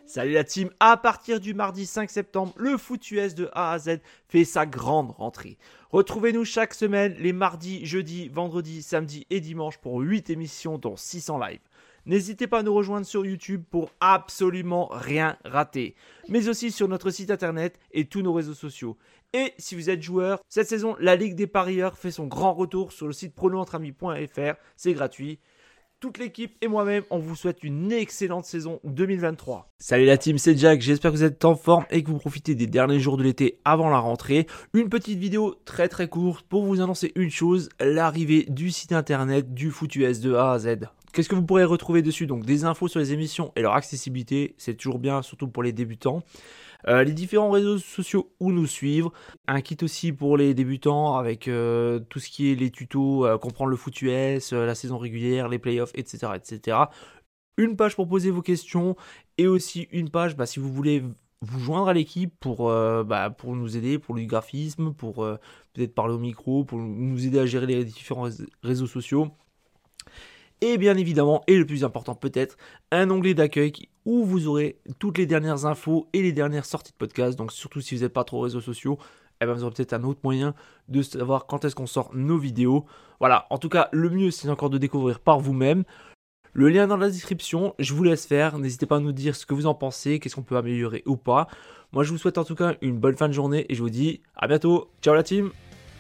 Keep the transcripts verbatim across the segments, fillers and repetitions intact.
Salut la team, à partir du mardi cinq septembre, le Foot U S de A à Z fait sa grande rentrée. Retrouvez-nous chaque semaine les mardis, jeudis, vendredis, samedis et dimanches pour huit émissions dont six en live. N'hésitez pas à nous rejoindre sur YouTube pour absolument rien rater, mais aussi sur notre site internet et tous nos réseaux sociaux. Et si vous êtes joueur, cette saison, la Ligue des parieurs fait son grand retour sur le site prono entre amis point f r, c'est gratuit. Toute l'équipe et moi-même, on vous souhaite une excellente saison deux mille vingt-trois. Salut la team, c'est Jack, j'espère que vous êtes en forme et que vous profitez des derniers jours de l'été avant la rentrée. Une petite vidéo très très courte pour vous annoncer une chose, l'arrivée du site internet du Foot U S de A à Z. Qu'est-ce que vous pourrez retrouver dessus? Donc des infos sur les émissions et leur accessibilité, c'est toujours bien, surtout pour les débutants. Euh, les différents réseaux sociaux où nous suivre, un kit aussi pour les débutants avec euh, tout ce qui est les tutos, euh, comprendre le foot U S, euh, la saison régulière, les playoffs, et cetera, et cetera. Une page pour poser vos questions et aussi une page bah, si vous voulez vous joindre à l'équipe pour, euh, bah, pour nous aider, pour le graphisme, pour euh, peut-être parler au micro, pour nous aider à gérer les différents réseaux sociaux. Et bien évidemment, et le plus important peut-être, un onglet d'accueil où vous aurez toutes les dernières infos et les dernières sorties de podcast. Donc surtout si vous n'êtes pas trop réseaux sociaux, eh ben vous aurez peut-être un autre moyen de savoir quand est-ce qu'on sort nos vidéos. Voilà, en tout cas, le mieux c'est encore de découvrir par vous-même. Le lien dans la description, je vous laisse faire. N'hésitez pas à nous dire ce que vous en pensez, qu'est-ce qu'on peut améliorer ou pas. Moi je vous souhaite en tout cas une bonne fin de journée et je vous dis à bientôt. Ciao la team!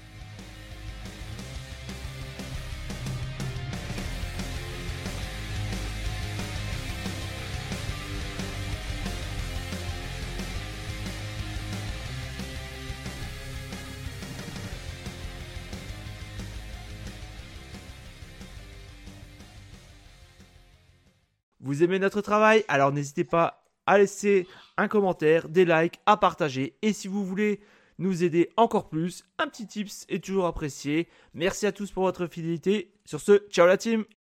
Vous aimez notre travail? Alors n'hésitez pas à laisser un commentaire, des likes, à partager. Et si vous voulez nous aider encore plus, un petit tips est toujours apprécié. Merci à tous pour votre fidélité. Sur ce, ciao la team!